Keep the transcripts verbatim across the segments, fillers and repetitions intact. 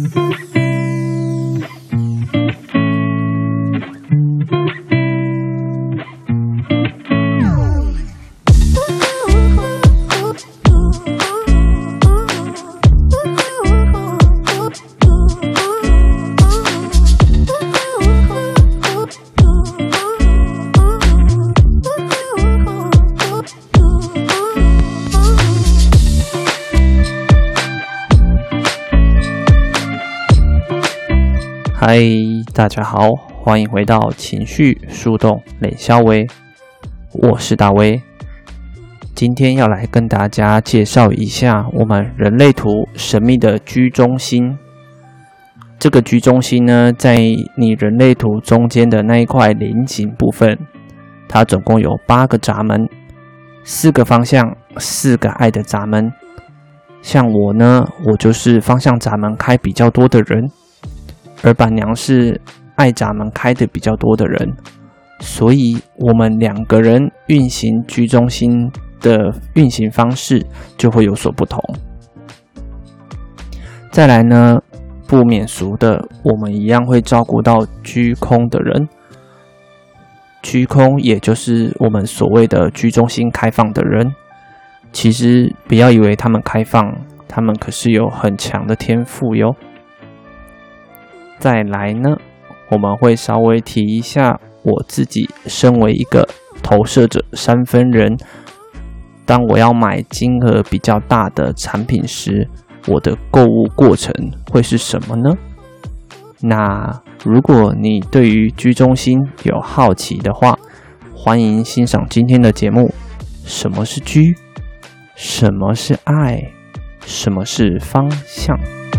嗨，大家好，欢迎回到情绪树洞冷肖威，我是大威。今天要来跟大家介绍一下我们人类图神秘的居中心。这个居中心呢，在你人类图中间的那一块菱形部分，它总共有八个闸门，四个方向，四个爱的闸门。像我呢，我就是方向闸门开比较多的人。而板娘是爱闸门开的比较多的人，所以我们两个人运行居中心的运行方式就会有所不同。再来呢，不免俗的，我们一样会照顾到居空的人。居空也就是我们所谓的居中心开放的人，其实不要以为他们开放，他们可是有很强的天赋哟。再来呢，我们会稍微提一下我自己身为一个投射者三分人，当我要买金额比较大的产品时，我的购物过程会是什么呢？那如果你对于居中心有好奇的话，欢迎欣赏今天的节目。什么是居？什么是爱？什么是方向？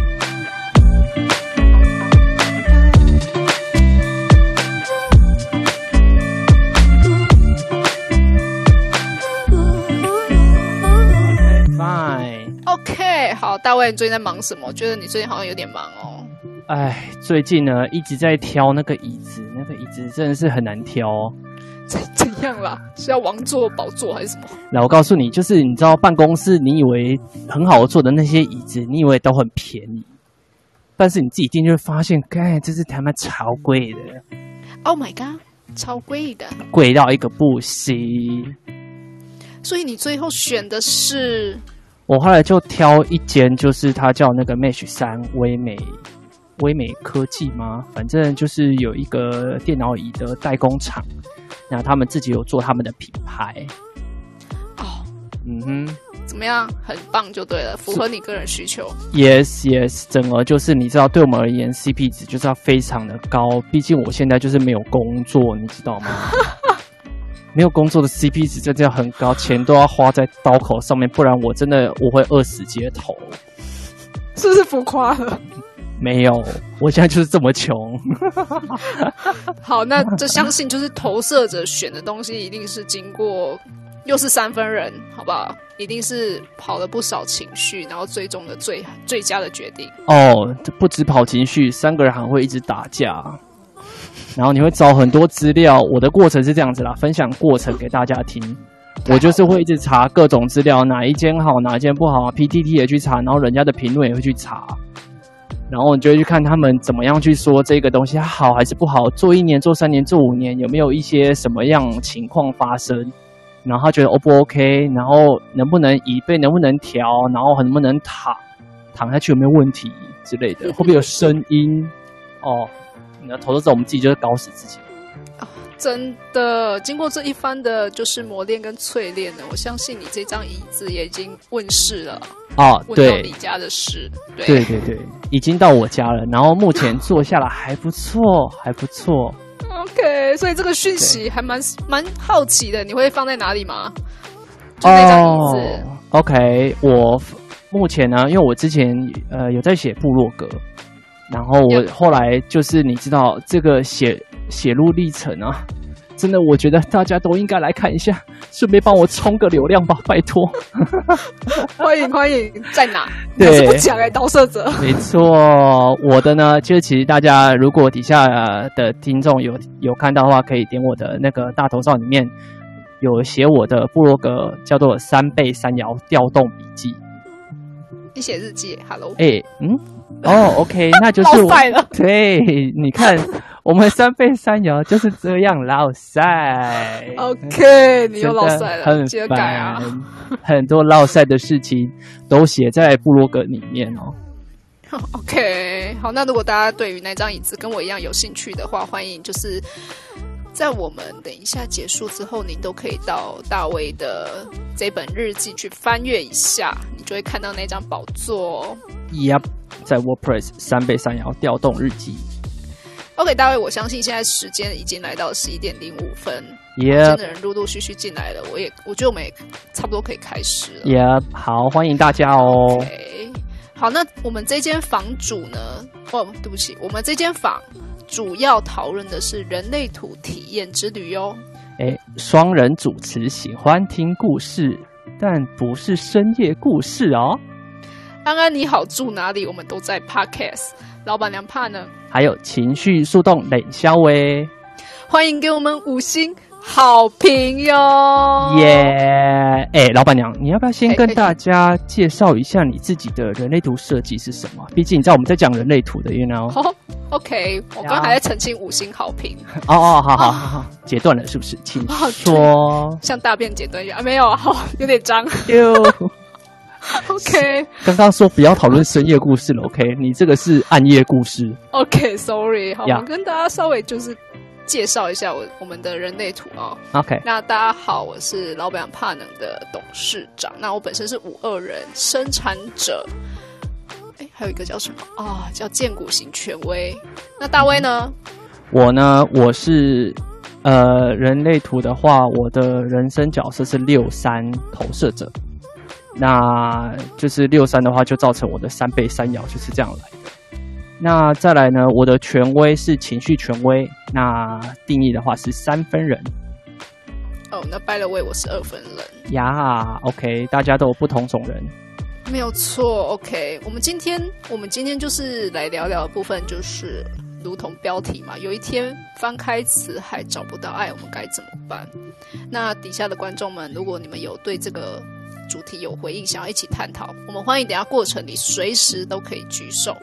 OK， 好，大卫，你最近在忙什么？我觉得你最近好像有点忙哦。 哎，最近呢一直在挑那个椅子，那个椅子真的是很难挑哦。 怎怎样啦？是要王座、宝座还是什么？ 来，我告诉你，就是你知道办公室你以为很好坐的那些椅子，你以为都很便宜，但是你自己进去会发现，哎，这是他妈超贵的。 Oh my god， 超贵的， 贵到一个不行。 所以你最后选的是？ 我后来就挑一间，就是它叫那个 Mesh 三微美微美科技吗？反正就是有一个电脑椅的代工厂，那他们自己有做他们的品牌。 哦， 嗯哼， 怎么样？很棒就对了，符合你个人需求。 Yes Yes， 整个就是你知道，对我们而言 ，C P 值就是要非常的高。毕竟我现在就是没有工作，你知道吗？没有工作的 C P 值真的要很高，钱都要花在刀口上面，不然我真的我会饿死街头。 是不是浮夸了？ 没有，我现在就是这么穷。 好，那这相信就是投射者选的东西，一定是经过，又是三分人，好不好？一定是跑了不少情绪，然后最终的最最佳的决定。 哦，不止跑情绪，三个人还会一直打架。然后你会找很多资料，我的过程是这样子啦，分享过程给大家听。我就是会一直查各种资料，哪一间好，哪一间不好 ，P T T 也去查，然后人家的评论也会去查，然后你就会去看他们怎么样去说这个东西好还是不好，做一年、做三年、做五年，有没有一些什么样情况发生，然后他觉得 O 不 OK， 然后能不能椅背能不能调，然后能不能躺，躺下去有没有问题之类的，会不会有声音哦。那投资者我们自己就是搞死自己。 哦，真的，经过这一番的就是磨练跟淬炼呢，我相信你这张椅子也已经问世了。 哦，对， 问到你家的事，对对对对，已经到我家了。然后目前坐下来还不错，还不错。 OK， 所以这个讯息还蛮蛮好奇的，你会放在哪里吗？就那张椅子。 哦 OK， 我目前呢，因为我之前呃有在写部落格。然后我后来就是你知道这个写写入历程啊，真的我觉得大家都应该来看一下，顺便帮我冲个流量吧，拜托。 欢迎欢迎，在哪？你还是不讲哎、欸，刀射者。 没错，我的呢，就是其实大家如果底下的听众有有看到的话，可以点我的那个大头照里面有写我的部落格，叫做三倍三爻调动笔记。 你写日记 ，Hello。 哎，嗯。 哦 ，OK， 那就是我落赛了。 对，你看我们三倍三爻就是这样落赛。 OK， 你又落真的赛了， 很记得改啊。 烦很多落赛的事情都写在部落格里面哦。 OK， 好，那如果大家对于那张椅子跟我一样有兴趣的话，欢迎就是在我们等一下结束之后，您都可以到大卫的这本日记去翻阅一下，你就会看到那张宝座哦。 Yep， 在 WordPress 三倍三爻调动日记。 OK， 大卫，我相信现在时间已经来到十一点零五分， Yep， 真的人陆陆续续进来了，我也我觉得我们也差不多可以开始了。 Yep， 好，欢迎大家哦。 OK， 好，那我们这间房主呢？哦，对不起，我们这间房主要讨论的是人类图体验之旅哦。 哎，双人主持喜欢听故事，但不是深夜故事哦。 安安你好，住哪里？我们都在 Podcast。老板娘怕呢？ 还有情绪速动冷消微， 欢迎给我们五星好评哟！ 耶！哎，老板娘，你要不要先跟大家介绍一下你自己的人类图设计是什么？毕竟你知道我们在讲人类图的 ，you know？ 哦 OK， 我刚还在澄清五星好评。 哦哦，好好好好，截断了是不是？请说。 像大便截断一样啊？没有，好，有点脏。OK， 刚刚说不要讨论深夜故事了 ，OK？ 你这个是暗夜故事。 OK，Sorry，、okay, 好， yeah. 我们跟大家稍微就是介绍一下我我们的人类图哦。 OK， 那大家好，我是老板帕能的董事长。那我本身是五二人生产者，哎，还有一个叫什么啊、哦？叫剑骨型权威。那大威呢？ 我呢，我是呃人类图的话，我的人生角色是六三投射者。那就是六三的话，就造成我的三倍三爻就是这样来的。那再来呢，我的权威是情绪权威，那定义的话是三分人。 哦，那 by the way， 我是二分人呀。OK， 大家都有不同种人， 没有错。OK， 我们今天我们今天就是来聊聊的部分，就是如同标题嘛，有一天翻开词海找不到爱，我们该怎么办？那底下的观众们，如果你们有对这个主题有回应，想要一起探讨，我们欢迎等一下过程里随时都可以举手。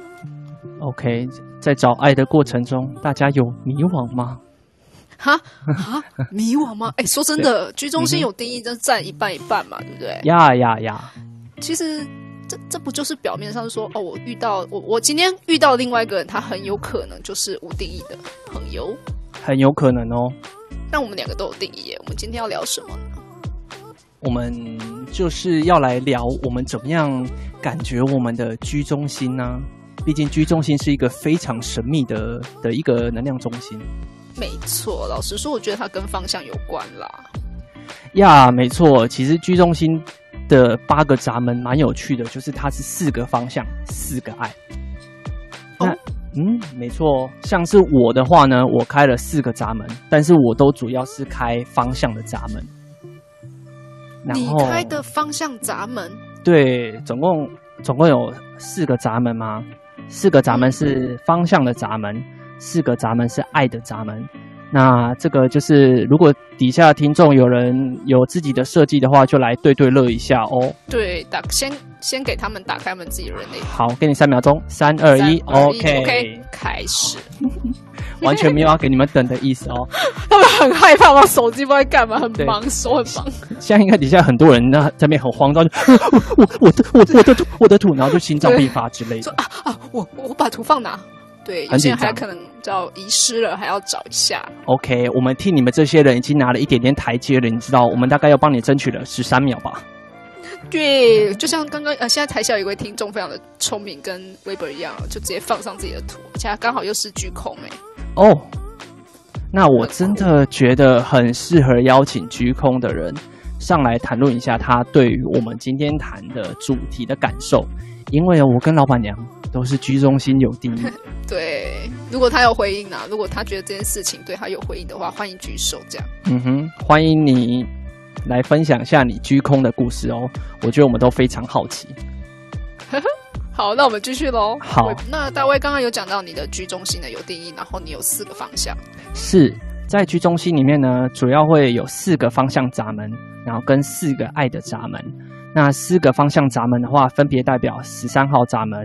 OK， 在找爱的过程中，大家有迷惘吗？ 哈哈，迷惘吗？哎，说真的，居中心有定义，真占一半一半嘛，对不对？ 呀呀呀！ 其实这这不就是表面上说哦，我遇到我我今天遇到另外一个人，他很有可能就是无定义的朋友， 很有可能哦。 但我们两个都有定义耶。我们今天要聊什么呢？ 我们就是要来聊我们怎么样感觉我们的居中心呢、啊？毕竟居中心是一个非常神秘的的一个能量中心。 没错，老实说，我觉得它跟方向有关啦。 呀，没错，其实居中心的八个闸门蛮有趣的，就是它是四个方向，四个爱。那、哦、嗯，没错，像是我的话呢，我开了四个闸门，但是我都主要是开方向的闸门。 你开的方向闸门？ 对，总共总共有四个闸门吗？四个闸门是方向的闸门，四个闸门是爱的闸门。那这个就是，如果底下听众有人有自己的设计的话，就来对对乐一下哦。 对，打先先给他们打开他们自己的人类图。 好，给你三秒钟，三二一 ，OK， OK， 开始。 完全没有要给你们等的意思哦。 他们很害怕吗？手机不知道干嘛，很忙，手很忙。 现在应该底下很多人那在那边很慌张，我我我的我我的图我的图，然后就心脏病发之类的。 啊啊！我我把图放哪？对，有些人还可能叫遗失了，还要找一下。 OK， 我们替你们这些人已经拿了一点点台阶了，你知道，我们大概要帮你争取了十三秒吧。 对，就像刚刚呃，现在台下有一位听众非常的聪明，跟 Weber 一样，就直接放上自己的图，而且他刚好又是居空哎。 哦，那我真的觉得很适合邀请居空的人上来谈论一下他对于我们今天谈的主题的感受，因为我跟老板娘都是居中心有定义。 对，如果他有回应啊，如果他觉得这件事情对他有回应的话，欢迎举手这样。 嗯哼，欢迎你来分享一下你居空的故事哦，我觉得我们都非常好奇。 好，那我们继续咯。 好， 那大卫刚刚有讲到你的居中心的有定义，然后你有四个方向。 是在居中心里面呢，主要会有四个方向闸门，然后跟四个爱的闸门。那四个方向闸门的话，分别代表十三号闸门、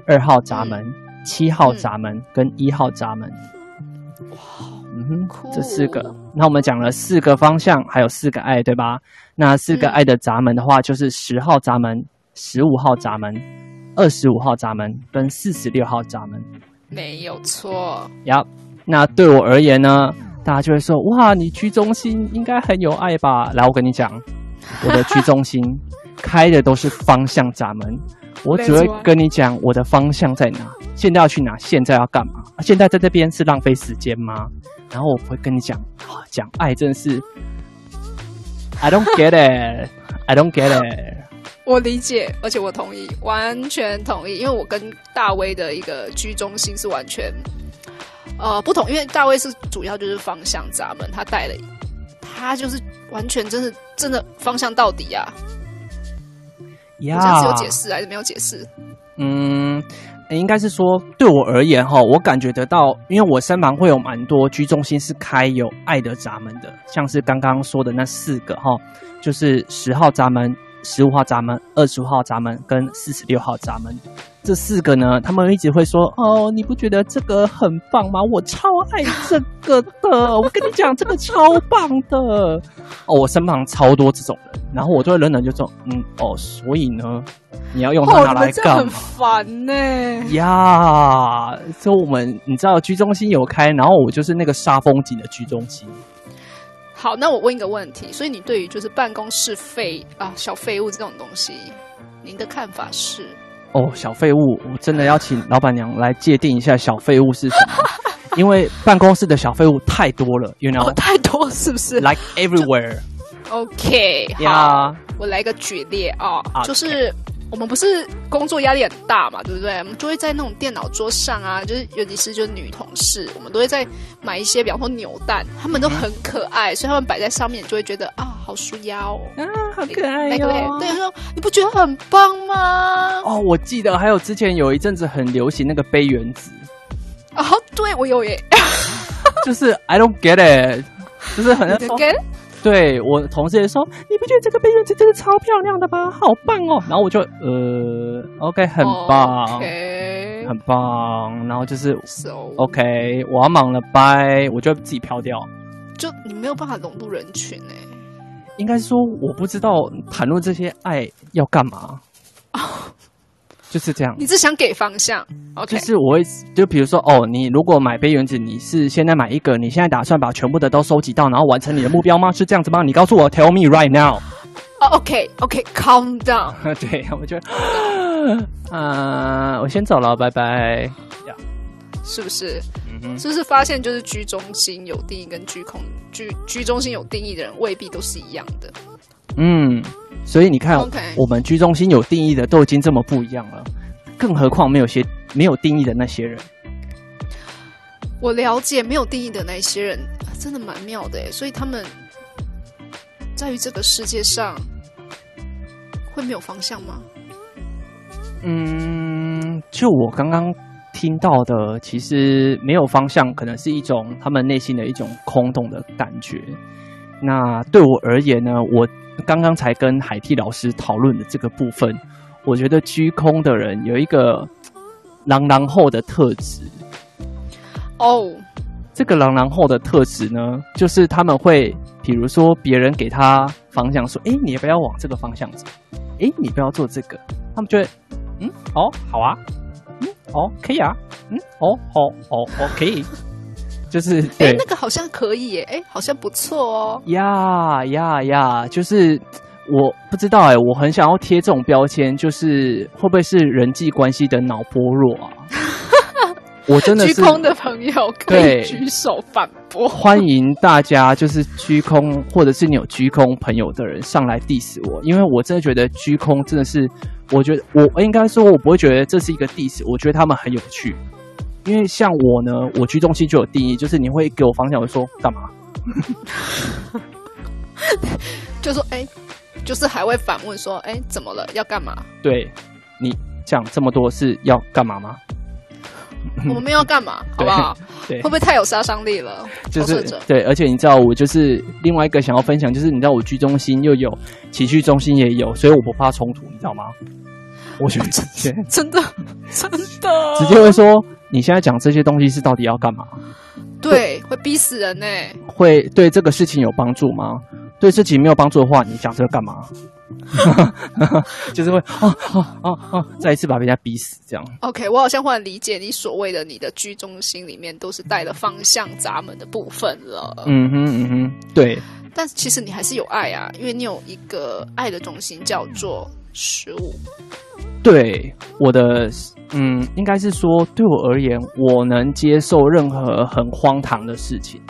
二号闸门、七号闸门跟一号闸门。 哇， 嗯哼，这四个。那我们讲了四个方向，还有四个爱，对吧？那四个爱的闸门的话，就是十号闸门、十五号闸门、二十五号闸门跟四十六号闸门。 没有错。 呀，那对我而言呢，大家就会说，哇，你居中心应该很有爱吧？来，我跟你讲，我的居中心开的都是方向闸门，我只会跟你讲我的方向在哪，现在要去哪，现在要干嘛？现在在这边是浪费时间吗？然后我会跟你讲，讲爱真的是 I don't get it, I don't get it。 我理解，而且我同意，完全同意，因为我跟大威的一个居中心是完全呃不同，因为大威是主要就是方向闸门，他带了，他就是完全真的真的方向到底啊。 呀， 我这样是有解释还是没有解释？ 嗯，应该是说对我而言哈，我感觉得到，因为我身旁会有蛮多居中心是开有爱的闸门的，像是刚刚说的那四个哈，就是十号闸门、十五号闸门、二十五号闸门跟四十六号闸门。这四个呢，他们一直会说，哦，你不觉得这个很棒吗？我超爱这个的，我跟你讲，这个超棒的。哦，我身旁超多这种人，然后我就会冷冷就说，嗯，哦，所以呢，你要用它拿来干嘛？ 哦、很烦呢、欸。 呀，所以我们你知道居中心有开，然后我就是那个杀风景的居中心。 好，那我问一个问题，所以你对于就是办公室废啊小废物这种东西，您的看法是？ 哦，小废物，我真的要请老板娘来界定一下小废物是什么，因为办公室的小废物太多了 ，you know，、 哦、太多是不是 ？Like everywhere。OK， 好， yeah. 我来个举例啊， okay. 就是我们不是工作压力很大嘛，对不对？我们就会在那种电脑桌上啊，就是尤其是就是女同事，我们都会在买一些，比方说扭蛋，他们都很可爱，所以他们摆在上面，你就会觉得啊，好舒压哦， 啊，好可爱哟、哦。 对，说你不觉得很棒吗？ 哦，我记得还有之前有一阵子很流行那个杯原子。 哦，对我有耶， 就是 I don't get it， 就是很 get。 对，我同事也说，你不觉得这个杯原子真的超漂亮的吗？好棒哦！然后我就呃 ，OK， 很棒 ，OK， 很棒。然后就是 so, OK， 我要忙了，拜，我就自己飘掉。 就你没有办法融入人群哎、欸。 应该说我不知道谈论这些爱要干嘛。就是这样， 你是想给方向 ，OK？ 就是我会，就比如说，哦，你如果买杯原子，你是现在买一个，你现在打算把全部的都收集到，然后完成你的目标吗？是这样子吗？你告诉我 ，Tell me right now。 哦 ，OK，OK，Calm down。 对，我就，啊、呃，我先走了，拜拜。Yeah. 是不是？ 嗯哼， 是不是发现就是居中心有定义跟居空居居中心有定义的人未必都是一样的。 嗯。所以你看， okay. 我们居中心有定义的都已经这么不一样了，更何况没有些没有定义的那些人。 我了解没有定义的那些人，真的蛮妙的耶。所以他们在于这个世界上会没有方向吗？ 嗯，就我刚刚听到的，其实没有方向，可能是一种他们内心的一种空洞的感觉。那对我而言呢，我刚刚才跟海蒂老师讨论的这个部分，我觉得居空的人有一个朗朗后的特质。 哦、oh. ， 这个朗朗后的特质呢，就是他们会，比如说别人给他方向，说：“哎，你不要往这个方向走，哎，你不要做这个。”他们就会，嗯，哦，好啊，嗯，哦，可以啊，嗯，哦，好，哦，哦，可以。就是对， 那个好像可以耶，哎，好像不错哦。 呀呀呀！就是我不知道哎，我很想要贴这种标签，就是会不会是人际关系的脑波弱啊？我真的是居空的朋友可以举手反驳， 欢迎大家就是居空或者是你有居空朋友的人上来 diss 我，因为我真的觉得居空真的是，我觉得我应该说我不会觉得这是一个 diss， 我觉得他们很有趣。因为像我呢，我居中心就有定义，就是你会给我方向，我说干嘛？ 就说哎、欸，就是还会反问说，哎、欸，怎么了？要干嘛？ 对，你讲这么多是要干嘛吗？ 我们没有要干嘛，好不好？ 对， 会不会太有杀伤力了？ 就是对，而且你知道，我就是另外一个想要分享，就是你知道我居中心又有，崎岖中心也有，所以我不怕冲突，你知道吗？ 我就直接真的真的直接会说，你现在讲这些东西是到底要干嘛？ 对，会逼死人呢、欸。 会对这个事情有帮助吗？对事情没有帮助的话，你讲这个干嘛？就是会啊啊啊啊，再一次把人家逼死这样。 OK， 我好像忽然理解你所谓的你的居中心里面都是带了方向闸门的部分了。 嗯哼嗯哼，对。 但其实你还是有爱啊，因为你有一个爱的中心叫做食物。 对，我的嗯，应该是说对我而言，我能接受任何很荒唐的事情。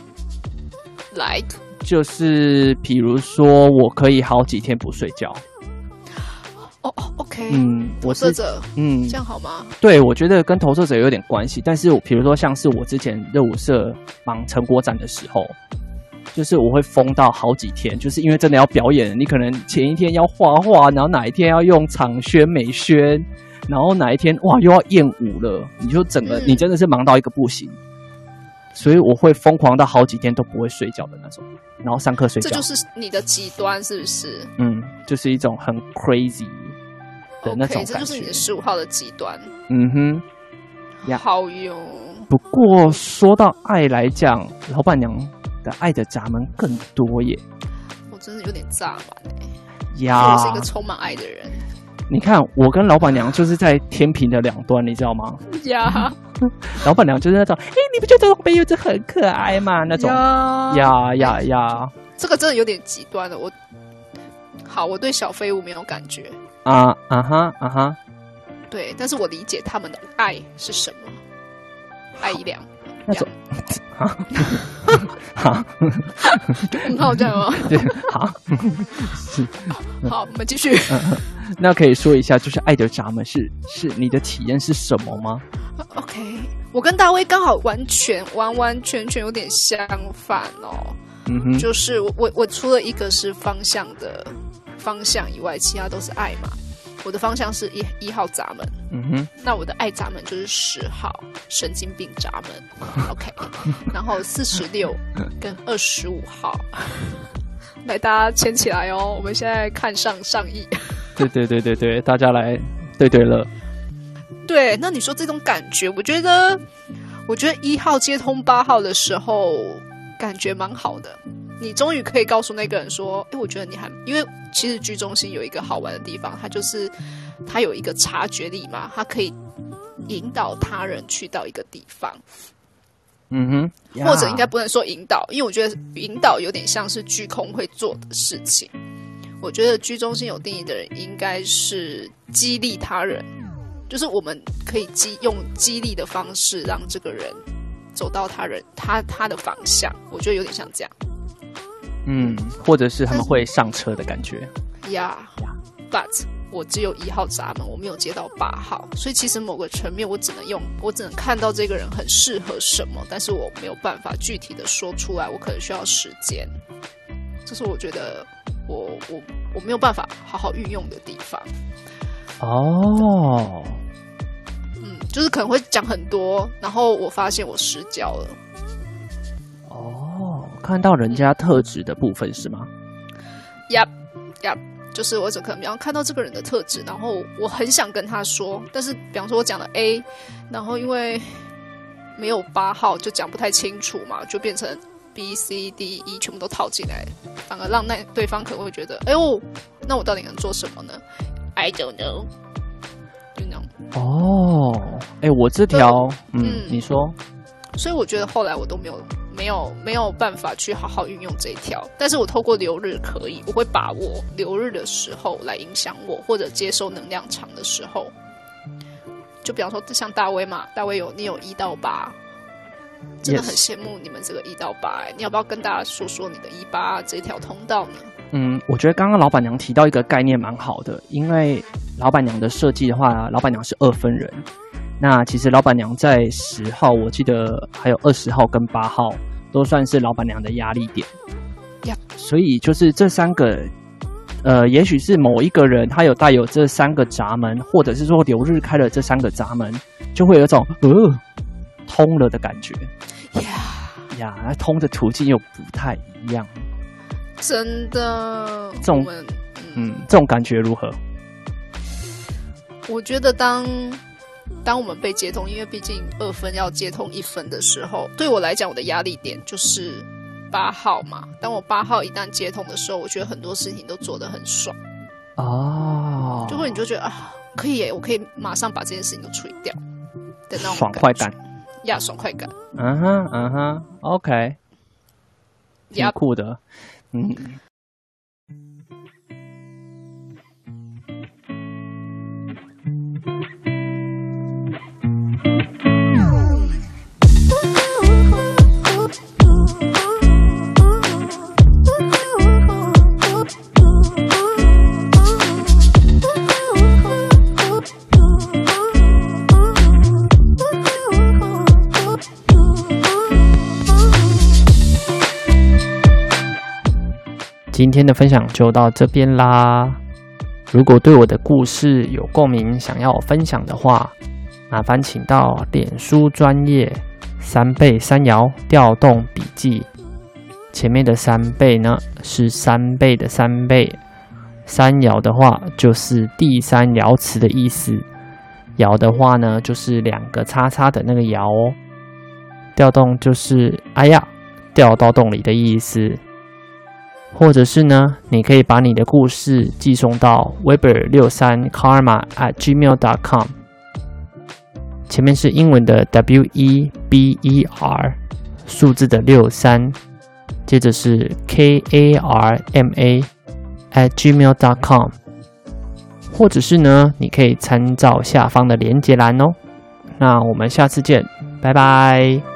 Like， 就是比如说，我可以好几天不睡觉。 哦哦 ，OK， 嗯， 投射者， 嗯， 这样好吗？ 对，我觉得跟投射者有点关系，但是比如说像是我之前热舞社忙成果展的时候。就是我会疯到好几天，就是因为真的要表演，你可能前一天要画画，然后哪一天要用场宣美宣，然后哪一天哇又要艳舞了，你就整个、嗯、你真的是忙到一个不行，所以我会疯狂到好几天都不会睡觉的那种，然后上课睡觉。 这就是你的极端，是不是？ 嗯，就是一种很 crazy 的那种感觉。 Okay， 这就是你的十五号的极端。 嗯哼，呀， 好哟。 不过说到爱来讲，老板娘的爱的闸门更多耶， 我真的有点炸满哎呀！ 我是一个充满爱的人。 你看，我跟老板娘就是在天平的两端，你知道吗？ 呀， 老板娘就是那种，哎、欸，你不觉得这种杯柚子很可爱吗？那种呀呀呀， 这个真的有点极端了。我好，我对小废物没有感觉啊啊哈啊哈， 对，但是我理解他们的爱是什么，爱一两。 那种，哈， 哈，很好这样吗？ 对，好，是， 好，我们继续。 嗯、那可以说一下，就是爱的闸门是是你的体验是什么吗 ？OK， 我跟大卫刚好完全完完全全有点相反哦。 嗯哼， 就是我我我除了一个是方向的方向以外，其他都是爱嘛。我的方向是一一号闸门， 嗯哼， 那我的爱闸门就是十号神经病闸门 ，OK， 然后四十六跟二十五号，来大家牵起来哦，我们现在看上上亿， 对对对对对，大家来对对乐， 对，那你说这种感觉，我觉得，我觉得一号接通八号的时候，感觉蛮好的。你终于可以告诉那个人说，哎，我觉得你还，因为其实居中心有一个好玩的地方，它就是它有一个察觉力嘛，它可以引导他人去到一个地方。 嗯哼， 或者应该不能说引导，因为我觉得引导有点像是居空会做的事情。我觉得居中心有定义的人应该是激励他人，就是我们可以激用激励的方式让这个人走到他人他他的方向，我觉得有点像这样。 嗯，或者是他们会上车的感觉。 呀、yeah, ，but 我只有一号闸门，我没有接到八号，所以其实某个层面我只能用，我只能看到这个人很适合什么，但是我没有办法具体的说出来，我可能需要时间。这是我觉得我我我没有办法好好运用的地方。 哦， 嗯，就是可能会讲很多，然后我发现我失焦了。 哦，看到人家特质的部分是吗？ 呀呀，就是我只可能比方看到这个人的特质，然后我很想跟他说，但是比方说我讲了 A， 然后因为没有八号就讲不太清楚嘛，就变成 B C D E 全部都套进来，反而让那对方可能会觉得，哎呦，那我到底能做什么呢 ？I don't know， you know。 哦，哎，我这条，嗯，嗯你说， 所以我觉得后来我都没有。没有没有办法去好好运用这一条，但是我透过流日可以，我会把握流日的时候来影响我，或者接收能量场的时候，就比方说像大威嘛，大威有你有一到八，真的很羡慕你们这个一到八、欸，你要不要跟大家说说你的一八这条通道呢？ 嗯，我觉得刚刚老板娘提到一个概念蛮好的，因为老板娘的设计的话，老板娘是二分人。那其实老板娘在十号，我记得还有二十号跟八号都算是老板娘的压力点。 Yeah. 所以就是这三个，呃，也许是某一个人他有带有这三个闸门，或者是说流日开了这三个闸门，就会有一種呃通了的感觉。 呀呀，那通的途徑又不太一樣。 真的， 這種嗯， 嗯，這種感覺如何？ 我觉得当当我们被接通，因为毕竟二分要接通一分的时候，对我来讲，我的压力点就是八号嘛。当我八号一旦接通的时候，我觉得很多事情都做得很爽哦， 就会你就觉得啊，可以耶，我可以马上把这件事情都处理掉的那种爽快感呀，爽快感。 嗯哼嗯哼 ，OK， 挺酷的，嗯。今天的分享就到这边啦。如果对我的故事有共鸣，想要我分享的话，麻烦请到脸书专页三倍三爻调动笔记。前面的三倍呢是三倍的三倍，三爻的话就是第三爻辞的意思，爻的话呢就是两个叉叉的那个爻哦。调动就是哎呀掉到洞里的意思。或者是呢，你可以把你的故事寄送到 weber 六三 karma at gmail dot com， 前面是英文的 W E B E R， 数字的六三，接着是 K A R M A at gmail dot com， 或者是呢，你可以参照下方的连结栏哦。那我们下次见，拜拜。